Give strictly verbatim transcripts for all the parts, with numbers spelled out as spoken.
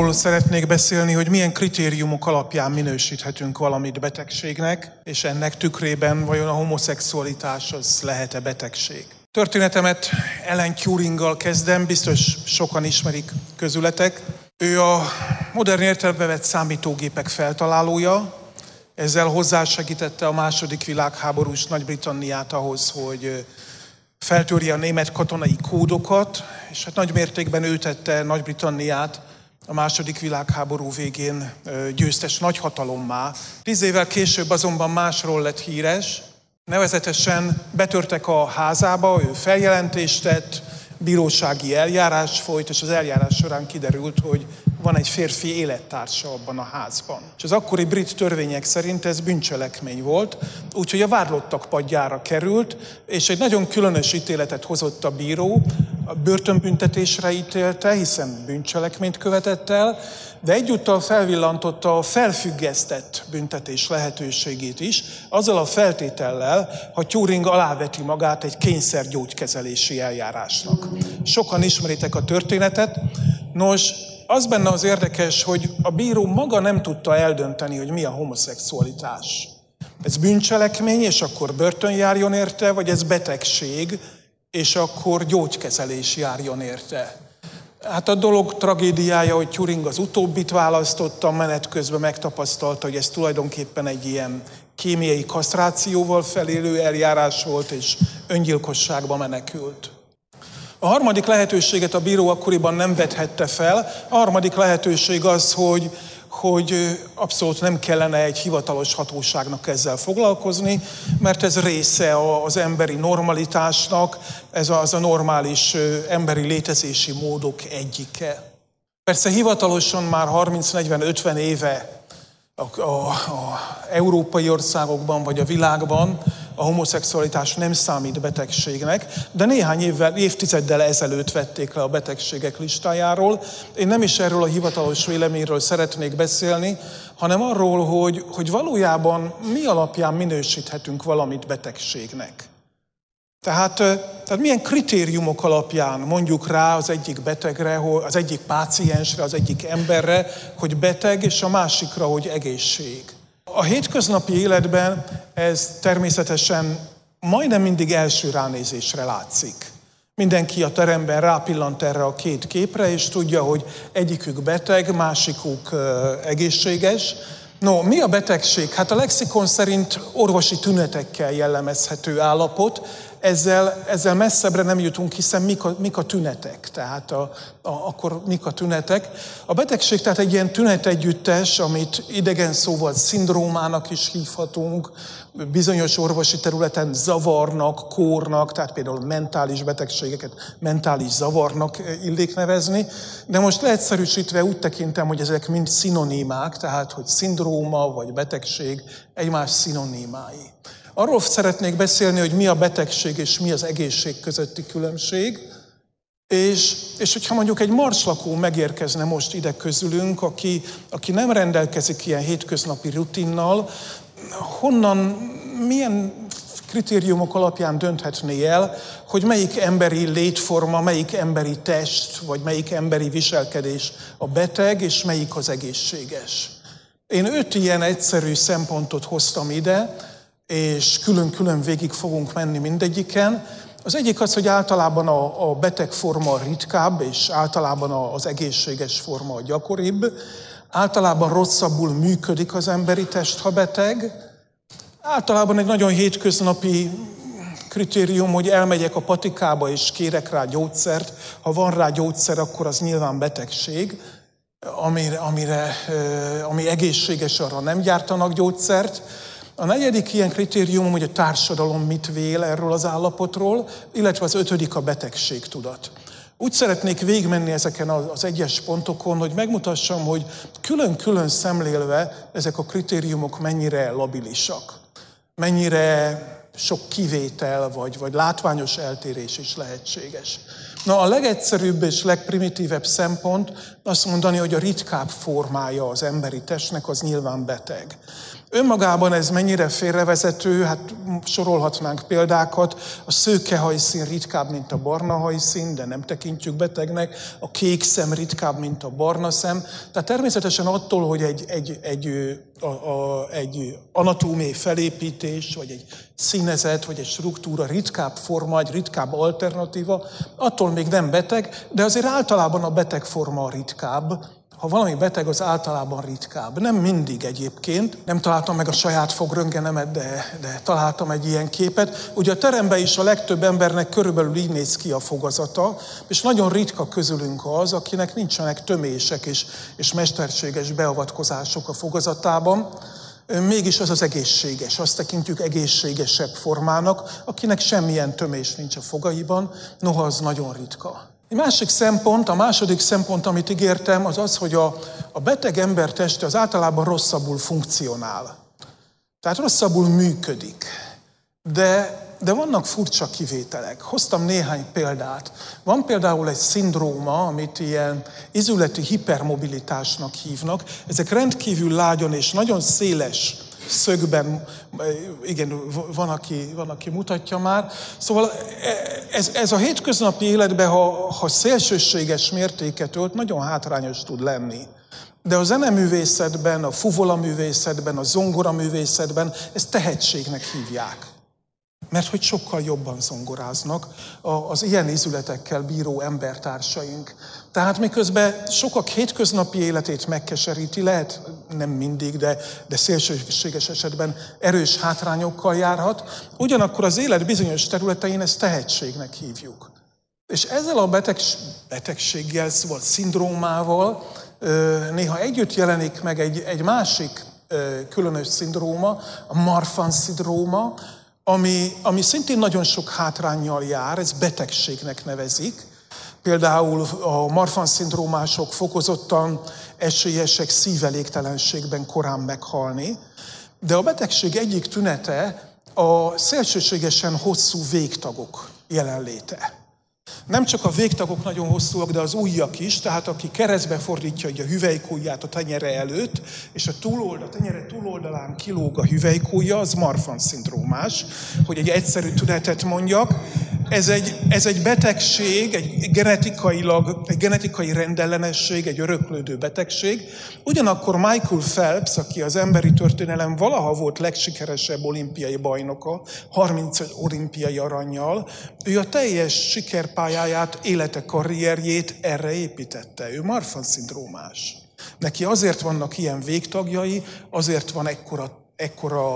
arról szeretnék beszélni, hogy milyen kritériumok alapján minősíthetünk valamit betegségnek, és ennek tükrében vajon a homoszexualitás az lehet-e betegség. Történetemet Alan Turinggal kezdem, biztos sokan ismerik közületek. Ő a modern értelembe vett számítógépek feltalálója, ezzel hozzásegítette a második világháborús Nagy-Britanniát ahhoz, hogy feltörje a német katonai kódokat, és hát nagy mértékben ő tette Nagy-Britanniát a második világháború végén győztes nagyhatalommá. Tíz évvel később azonban másról lett híres, nevezetesen betörtek a házába, ő feljelentést tett, bírósági eljárás folyt, és az eljárás során kiderült, hogy van egy férfi élettársa abban a házban. És az akkori brit törvények szerint ez bűncselekmény volt, úgyhogy a vádlottak padjára került, és egy nagyon különös ítéletet hozott a bíró, a börtönbüntetésre ítélte, hiszen bűncselekményt követett el, de egyúttal felvillantotta a felfüggesztett büntetés lehetőségét is, azzal a feltétellel, ha Turing aláveti magát egy kényszergyógykezelési eljárásnak. Sokan ismeritek a történetet. Nos, az benne az érdekes, hogy a bíró maga nem tudta eldönteni, hogy mi a homoszexualitás. Ez bűncselekmény, és akkor börtön járjon érte, vagy ez betegség, és akkor gyógykezelés járjon érte. Hát a dolog tragédiája, hogy Turing az utóbbit választotta, menet közben megtapasztalta, hogy ez tulajdonképpen egy ilyen kémiai kasztrációval felélő eljárás volt, és öngyilkosságba menekült. A harmadik lehetőséget a bíró akkoriban nem vethette fel. A harmadik lehetőség az, hogy, hogy abszolút nem kellene egy hivatalos hatóságnak ezzel foglalkozni, mert ez része az emberi normalitásnak, ez az a normális emberi létezési módok egyike. Persze hivatalosan már harminc negyven ötven éve a, a, a európai országokban vagy a világban a homoszexualitás nem számít betegségnek, de néhány évvel, évtizeddel ezelőtt vették le a betegségek listájáról. Én nem is erről a hivatalos véleményről szeretnék beszélni, hanem arról, hogy, hogy valójában mi alapján minősíthetünk valamit betegségnek. Tehát, tehát milyen kritériumok alapján mondjuk rá az egyik betegre, az egyik páciensre, az egyik emberre, hogy beteg, és a másikra, hogy egészség. A hétköznapi életben ez természetesen majdnem mindig első ránézésre látszik. Mindenki a teremben rápillant erre a két képre, és tudja, hogy egyikük beteg, másikuk egészséges. No, mi a betegség? Hát a lexikon szerint orvosi tünetekkel jellemezhető állapot, ezzel, ezzel messzebbre nem jutunk, hiszen mik a, mik a tünetek, tehát a, a, akkor mik a tünetek. A betegség tehát egy ilyen tünetegyüttes, amit idegen szóval szindrómának is hívhatunk, bizonyos orvosi területen zavarnak, kórnak, tehát például mentális betegségeket mentális zavarnak illik nevezni, de most leegyszerűsítve úgy tekintem, hogy ezek mind szinonimák, tehát hogy szindróma vagy betegség egymás szinonimái. Arról szeretnék beszélni, hogy mi a betegség és mi az egészség közötti különbség, és, és hogyha mondjuk egy marslakó megérkezne most ide közülünk, aki, aki nem rendelkezik ilyen hétköznapi rutinnal, honnan, milyen kritériumok alapján dönthetné el, hogy melyik emberi létforma, melyik emberi test, vagy melyik emberi viselkedés a beteg, és melyik az egészséges. Én öt ilyen egyszerű szempontot hoztam ide, és külön-külön végig fogunk menni mindegyiken. Az egyik az, hogy általában a, a beteg forma ritkább, és általában az egészséges forma a gyakoribb. Általában rosszabbul működik az emberi test, ha beteg. Általában egy nagyon hétköznapi kritérium, hogy elmegyek a patikába, és kérek rá gyógyszert. Ha van rá gyógyszer, akkor az nyilván betegség, amire, amire, ami egészséges, arra nem gyártanak gyógyszert. A negyedik ilyen kritérium, hogy a társadalom mit vél erről az állapotról, illetve az ötödik a betegségtudat. Úgy szeretnék végigmenni ezeken az egyes pontokon, hogy megmutassam, hogy külön-külön szemlélve ezek a kritériumok mennyire labilisak, mennyire sok kivétel vagy, vagy látványos eltérés is lehetséges. Na, a legegyszerűbb és legprimitívebb szempont azt mondani, hogy a ritkább formája az emberi testnek az nyilván beteg. Önmagában ez mennyire félrevezető, hát sorolhatnánk példákat, a szőke hajszín ritkább, mint a barna hajszín, de nem tekintjük betegnek, a kék szem ritkább, mint a barna szem. Tehát természetesen attól, hogy egy, egy, egy, a, a, egy anatómiai felépítés, vagy egy színezet, vagy egy struktúra ritkább forma, egy ritkább alternatíva, attól még nem beteg, de azért általában a beteg forma a ritkább. Ha valami beteg, az általában ritkább. Nem mindig egyébként. Nem találtam meg a saját fogröntgenemet, de, de találtam egy ilyen képet. Ugye a teremben is a legtöbb embernek körülbelül így néz ki a fogazata, és nagyon ritka közülünk az, akinek nincsenek tömések és, és mesterséges beavatkozások a fogazatában. Mégis az az egészséges, azt tekintjük egészségesebb formának, akinek semmilyen tömés nincs a fogaiban, noha az nagyon ritka. Egy másik szempont, a második szempont, amit ígértem, az az, hogy a, a beteg ember teste az általában rosszabbul funkcionál. Tehát rosszabbul működik. De, de vannak furcsa kivételek. Hoztam néhány példát. Van például egy szindróma, amit ilyen izületi hipermobilitásnak hívnak. Ezek rendkívül lágyan és nagyon széles szögben, igen, van aki, van, aki mutatja már. Szóval ez, ez a hétköznapi életben, ha, ha szélsőséges mértéket ölt, nagyon hátrányos tud lenni. De a zeneművészetben, a fuvolaművészetben, a zongoraművészetben ezt tehetségnek hívják. Mert hogy sokkal jobban zongoráznak az ilyen ízületekkel bíró embertársaink. Tehát miközben sokak hétköznapi életét megkeseríti, lehet nem mindig, de, de szélsőséges esetben erős hátrányokkal járhat, ugyanakkor az élet bizonyos területein ezt tehetségnek hívjuk. És ezzel a beteg, betegséggel, szóval szindrómával néha együtt jelenik meg egy, egy másik különös szindróma, a Marfan-szindróma, Ami, ami szintén nagyon sok hátránnyal jár, ez betegségnek nevezik. Például a Marfan-szindrómások fokozottan esélyesek szívelégtelenségben korán meghalni, de a betegség egyik tünete a szélsőségesen hosszú végtagok jelenléte. Nem csak a végtagok nagyon hosszúak, de az ujjak is, tehát aki keresztbe fordítja a hüvelykujját a tenyere előtt, és a, túloldal, a tenyere túloldalán kilóg a hüvelykujja, az Marfan-szindrómás, hogy egy egyszerű tünetet mondjak. Ez egy, ez egy betegség, egy genetikailag, egy genetikai rendellenesség, egy öröklődő betegség. Ugyanakkor Michael Phelps, aki az emberi történelem valaha volt legsikeresebb olimpiai bajnoka, harmincöt olimpiai arannyal, ő a teljes sikerpályáját, élete, karrierjét erre építette. Ő Marfan-szindrómás. Neki azért vannak ilyen végtagjai, azért van ekkora, ekkora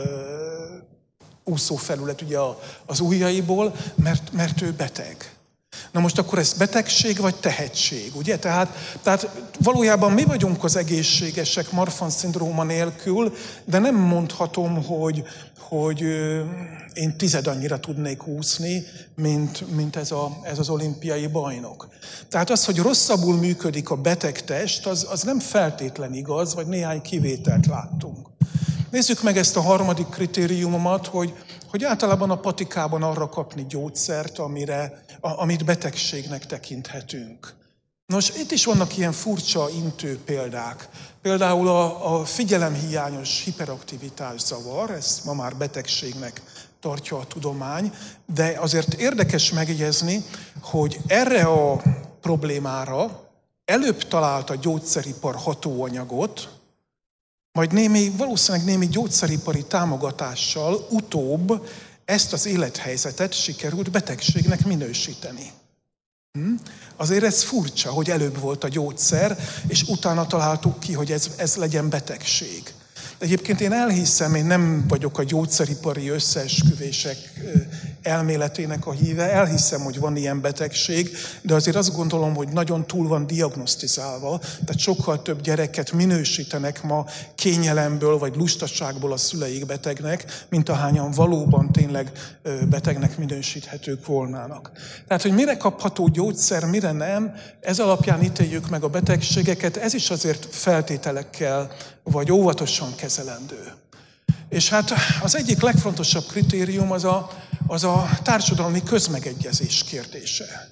úszófelület ugye az ujjaiból, mert, mert ő beteg. Na most akkor ez betegség vagy tehetség, ugye? Tehát, tehát valójában mi vagyunk az egészségesek Marfan-szindróma nélkül, de nem mondhatom, hogy, hogy én tized annyira tudnék úszni, mint, mint ez, a, ez az olimpiai bajnok. Tehát az, hogy rosszabbul működik a beteg test, az, az nem feltétlen igaz, vagy néhány kivételt láttunk. Nézzük meg ezt a harmadik kritériumomat, hogy, hogy általában a patikában arra kapni gyógyszert, amire, a, amit betegségnek tekinthetünk. Nos, itt is vannak ilyen furcsa intő példák. Például a, a figyelemhiányos hiperaktivitás zavar, ezt ma már betegségnek tartja a tudomány, de azért érdekes megjegyezni, hogy erre a problémára előbb talált a gyógyszeripar hatóanyagot, majd némi, valószínűleg némi gyógyszeripari támogatással utóbb ezt az élethelyzetet sikerült betegségnek minősíteni. Hm? Azért ez furcsa, hogy előbb volt a gyógyszer, és utána találtuk ki, hogy ez, ez legyen betegség. De egyébként én elhiszem, én nem vagyok a gyógyszeripari összeesküvések elméletének a híve, elhiszem, hogy van ilyen betegség, de azért azt gondolom, hogy nagyon túl van diagnosztizálva, tehát sokkal több gyereket minősítenek ma kényelemből vagy lustaságból a szüleik betegnek, mint ahányan valóban tényleg betegnek minősíthetők volnának. Tehát, hogy mire kapható gyógyszer, mire nem, ez alapján ítéljük meg a betegségeket, ez is azért feltételekkel vagy óvatosan kezelendő. És hát az egyik legfontosabb kritérium az a, az a társadalmi közmegegyezés kérdése.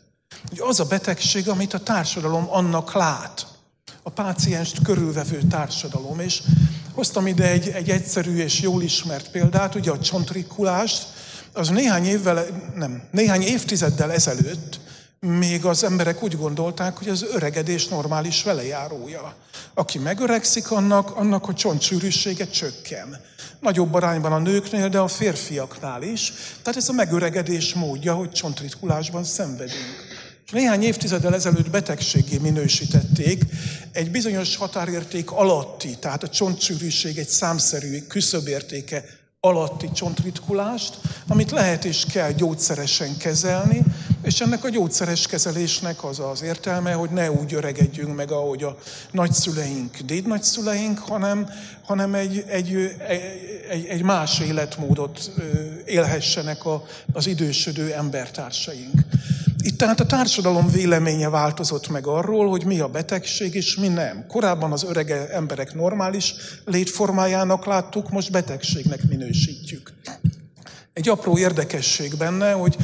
hogy az a betegség, amit a társadalom annak lát. A pácienst körülvevő társadalom. És hoztam ide egy, egy egyszerű és jól ismert példát, ugye a csontrikulást, az néhány évvel, nem, néhány évtizeddel ezelőtt még az emberek úgy gondolták, hogy az öregedés normális velejárója. Aki megöregszik, annak, annak a csontsűrűsége csökken. Nagyobb arányban a nőknél, de a férfiaknál is. Tehát ez a megöregedés módja, hogy csontritkulásban szenvedünk. És néhány évtizeddel ezelőtt betegséggé minősítették egy bizonyos határérték alatti, tehát a csontsűrűség egy számszerű küszöbértéke alatti csontritkulást, amit lehet és kell gyógyszeresen kezelni, és ennek a gyógyszeres kezelésnek az az értelme, hogy ne úgy öregedjünk meg, ahogy a nagyszüleink, dédnagyszüleink, hanem, hanem egy, egy, egy, egy más életmódot élhessenek a, az idősödő embertársaink. Itt tehát a társadalom véleménye változott meg arról, hogy mi a betegség és mi nem. Korábban az öreg emberek normális létformájának láttuk, most betegségnek minősítjük. Egy apró érdekesség benne, hogy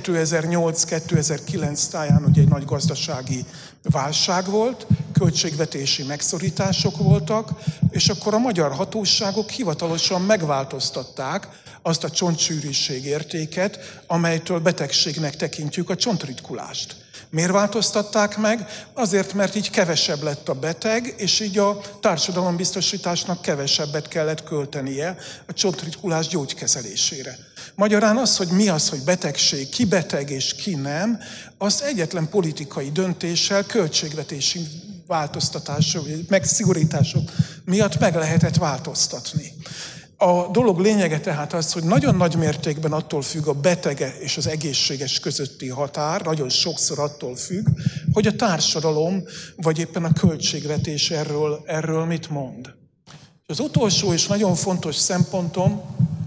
kétezer-nyolc-kétezer-kilenc táján ugye egy nagy gazdasági válság volt, költségvetési megszorítások voltak, és akkor a magyar hatóságok hivatalosan megváltoztatták azt a csontsűrűség értéket, amelytől betegségnek tekintjük a csontritkulást. Miért változtatták meg? Azért, mert így kevesebb lett a beteg, és így a társadalombiztosításnak kevesebbet kellett költenie a csontritkulás gyógykezelésére. Magyarán az, hogy mi az, hogy betegség, ki beteg és ki nem, az egyetlen politikai döntéssel, költségvetési változtatások, megszigorítások miatt meg lehetett változtatni. A dolog lényege tehát az, hogy nagyon nagy mértékben attól függ a betege és az egészséges közötti határ, nagyon sokszor attól függ, hogy a társadalom, vagy éppen a költségvetés erről, erről mit mond. És az utolsó és nagyon fontos szempontom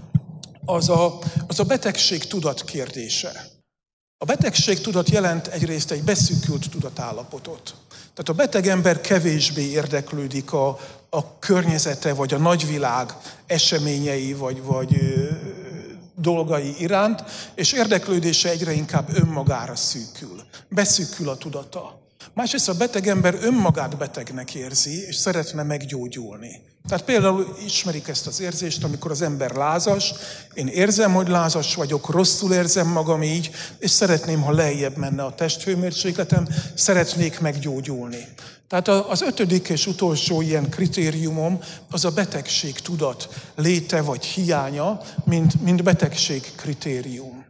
az a, az a betegség tudat kérdése. A betegség tudat jelent egyrészt egy beszűkült tudatállapotot. Tehát a beteg ember kevésbé érdeklődik a, a környezete, vagy a nagyvilág eseményei, vagy, vagy ö, dolgai iránt, és érdeklődése egyre inkább önmagára szűkül. Beszűkül a tudata. Másrészt a beteg ember önmagát betegnek érzi, és szeretne meggyógyulni. Tehát például ismerik ezt az érzést, amikor az ember lázas, én érzem, hogy lázas vagyok, rosszul érzem magam így, és szeretném, ha lejjebb menne a testhőmérsékletem, szeretnék meggyógyulni. Tehát az ötödik és utolsó ilyen kritériumom az a betegség tudat léte vagy hiánya, mint, mint betegség kritérium.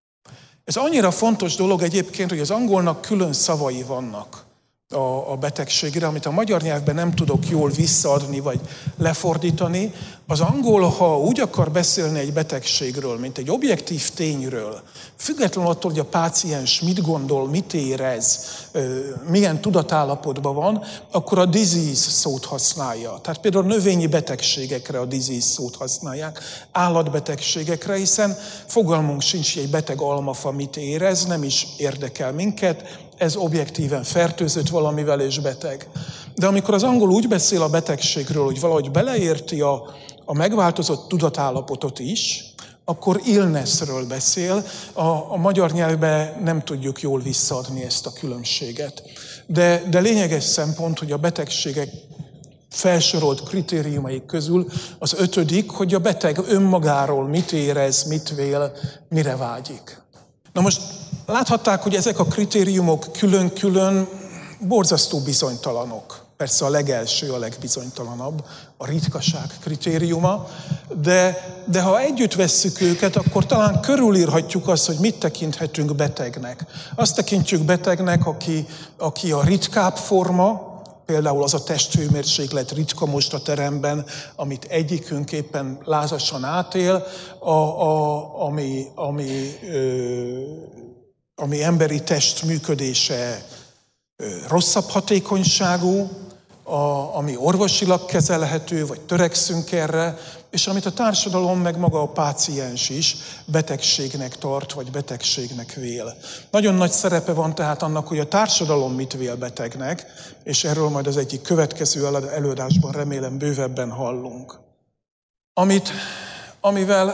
Ez annyira fontos dolog egyébként, hogy az angolnak külön szavai vannak a, a betegségre, amit a magyar nyelvben nem tudok jól visszaadni vagy lefordítani. Az angol, ha úgy akar beszélni egy betegségről, mint egy objektív tényről, függetlenül attól, hogy a páciens mit gondol, mit érez, milyen tudatállapotban van, akkor a disease szót használja. Tehát például növényi betegségekre a disease szót használják, állatbetegségekre, hiszen fogalmunk sincs, hogy egy beteg almafa mit érez, nem is érdekel minket, ez objektíven fertőzött valamivel és beteg. De amikor az angol úgy beszél a betegségről, hogy valahogy beleérti a, a megváltozott tudatállapotot is, akkor illnessről beszél. A, a magyar nyelvben nem tudjuk jól visszaadni ezt a különbséget. De, de lényeges szempont, hogy a betegségek felsorolt kritériumai közül az ötödik, hogy a beteg önmagáról mit érez, mit vél, mire vágyik. Na most láthatták, hogy ezek a kritériumok külön-külön borzasztó bizonytalanok. Persze a legelső, a legbizonytalanabb, a ritkaság kritériuma, de, de ha együtt vesszük őket, akkor talán körülírhatjuk azt, hogy mit tekinthetünk betegnek. Azt tekintjük betegnek, aki, aki a ritkább forma, például az a testhőmérséklet ritka most a teremben, amit egyikünk éppen lázasan átél, a, a, ami, ami, ö, ami emberi test működése ö, rosszabb hatékonyságú, a, ami orvosilag kezelhető, vagy törekszünk erre, és amit a társadalom, meg maga a páciens is betegségnek tart, vagy betegségnek vél. Nagyon nagy szerepe van tehát annak, hogy a társadalom mit vél betegnek, és erről majd az egyik következő előadásban remélem bővebben hallunk. Amit, amivel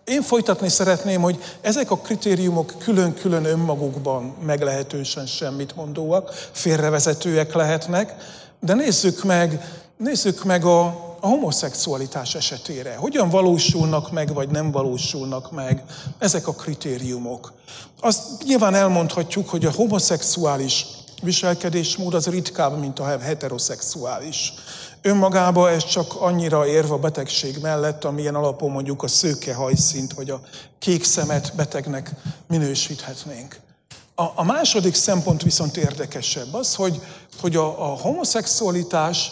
én folytatni szeretném, hogy ezek a kritériumok külön-külön önmagukban meglehetősen semmit mondóak, félrevezetőek lehetnek, de nézzük meg, nézzük meg a, a homoszexualitás esetére. Hogyan valósulnak meg, vagy nem valósulnak meg ezek a kritériumok. Azt nyilván elmondhatjuk, hogy a homoszexuális viselkedésmód az ritkább, mint a heteroszexuális. Önmagában ez csak annyira érv a betegség mellett, amilyen alapon mondjuk a szőke hajszínt vagy a kék szemet betegnek minősíthetnénk. A, a második szempont viszont érdekesebb az, hogy, hogy a, a homoszexualitás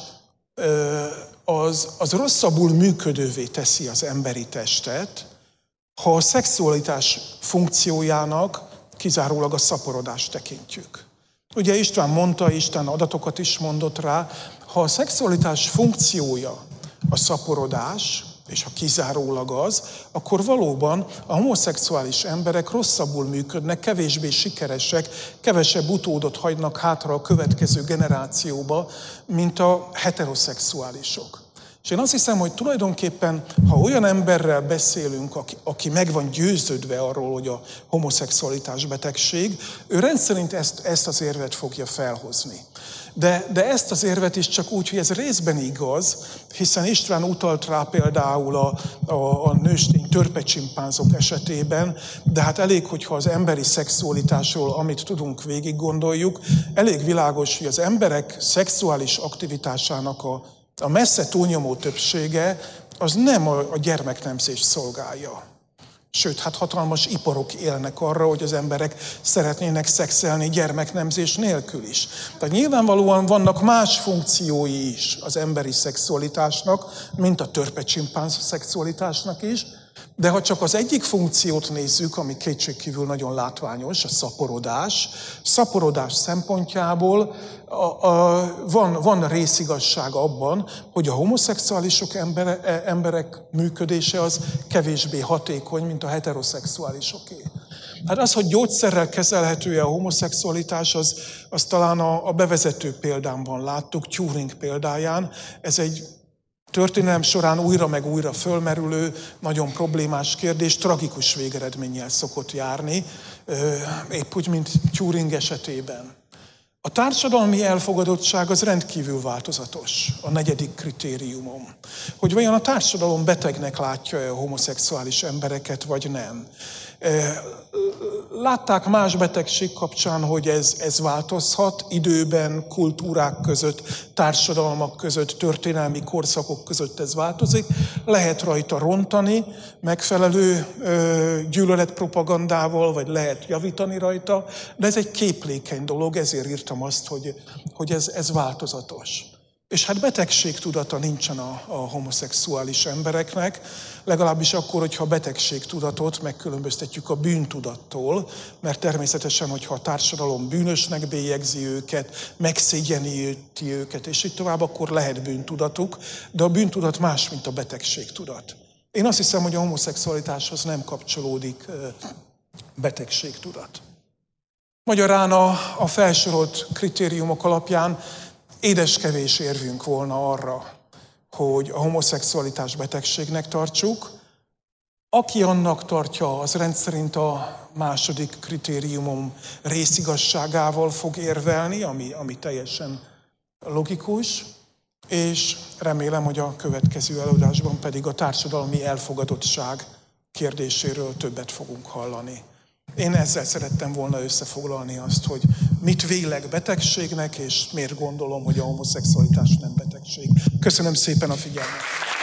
az, az rosszabbul működővé teszi az emberi testet, ha a szexualitás funkciójának kizárólag a szaporodást tekintjük. Ugye István mondta, Isten adatokat is mondott rá, ha a szexualitás funkciója a szaporodás, és ha kizárólag az, akkor valóban a homoszexuális emberek rosszabbul működnek, kevésbé sikeresek, kevesebb utódot hagynak hátra a következő generációba, mint a heteroszexuálisok. És én azt hiszem, hogy tulajdonképpen, ha olyan emberrel beszélünk, aki, aki meg van győződve arról, hogy a homoszexualitás betegség, ő rendszerint ezt, ezt az érvet fogja felhozni. De, de ezt az érvet is csak úgy, hogy ez részben igaz, hiszen István utalt rá például a, a, a nőstény törpecsimpánzok esetében, de hát elég, hogyha az emberi szexualitásról, amit tudunk, végig gondoljuk, elég világos, hogy az emberek szexuális aktivitásának a, a messze túlnyomó többsége az nem a, a gyermeknemzést szolgálja. Sőt, hát hatalmas iparok élnek arra, hogy az emberek szeretnének szexelni gyermeknemzés nélkül is. Tehát nyilvánvalóan vannak más funkciói is az emberi szexualitásnak, mint a törpecsimpánz szexualitásnak is, de ha csak az egyik funkciót nézzük, ami kétségkívül nagyon látványos, a szaporodás, szaporodás szempontjából a, a, van, van részigazság abban, hogy a homoszexuálisok embere, emberek működése az kevésbé hatékony, mint a heteroszexuálisoké. Hát az, hogy gyógyszerrel kezelhető-e a homoszexualitás, az, az talán a, a bevezető példámban láttuk, Turing példáján. Ez egy történelem során újra meg újra fölmerülő, nagyon problémás kérdés, tragikus végeredménnyel szokott járni, épp úgy, mint Turing esetében. A társadalmi elfogadottság az rendkívül változatos, a negyedik kritériumom. Hogy vajon a társadalom betegnek látja-e a homoszexuális embereket, vagy nem. Látták más betegség kapcsán, hogy ez, ez változhat időben, kultúrák között, társadalmak között, történelmi korszakok között ez változik. Lehet rajta rontani megfelelő ö, gyűlöletpropagandával, vagy lehet javítani rajta, de ez egy képlékeny dolog, ezért írtam azt, hogy, hogy ez, ez változatos. És hát betegségtudata nincsen a, a homoszexuális embereknek, legalábbis akkor, hogyha a betegségtudatot megkülönböztetjük a bűntudattól, mert természetesen, hogyha a társadalom bűnösnek bélyegzi őket, megszégyeníti őket, és így tovább, akkor lehet bűntudatuk, de a bűntudat más, mint a betegségtudat. Én azt hiszem, hogy a homoszexualitáshoz nem kapcsolódik betegségtudat. Magyarán a, a felsorolt kritériumok alapján édeskevés érvünk volna arra, hogy a homoszexualitás betegségnek tartsuk. Aki annak tartja, az rendszerint a második kritériumom részigazságával fog érvelni, ami, ami teljesen logikus, és remélem, hogy a következő előadásban pedig a társadalmi elfogadottság kérdéséről többet fogunk hallani. Én ezzel szerettem volna összefoglalni azt, hogy mit vélek betegségnek, és miért gondolom, hogy a homoszexualitás nem betegség. Köszönöm szépen a figyelmet!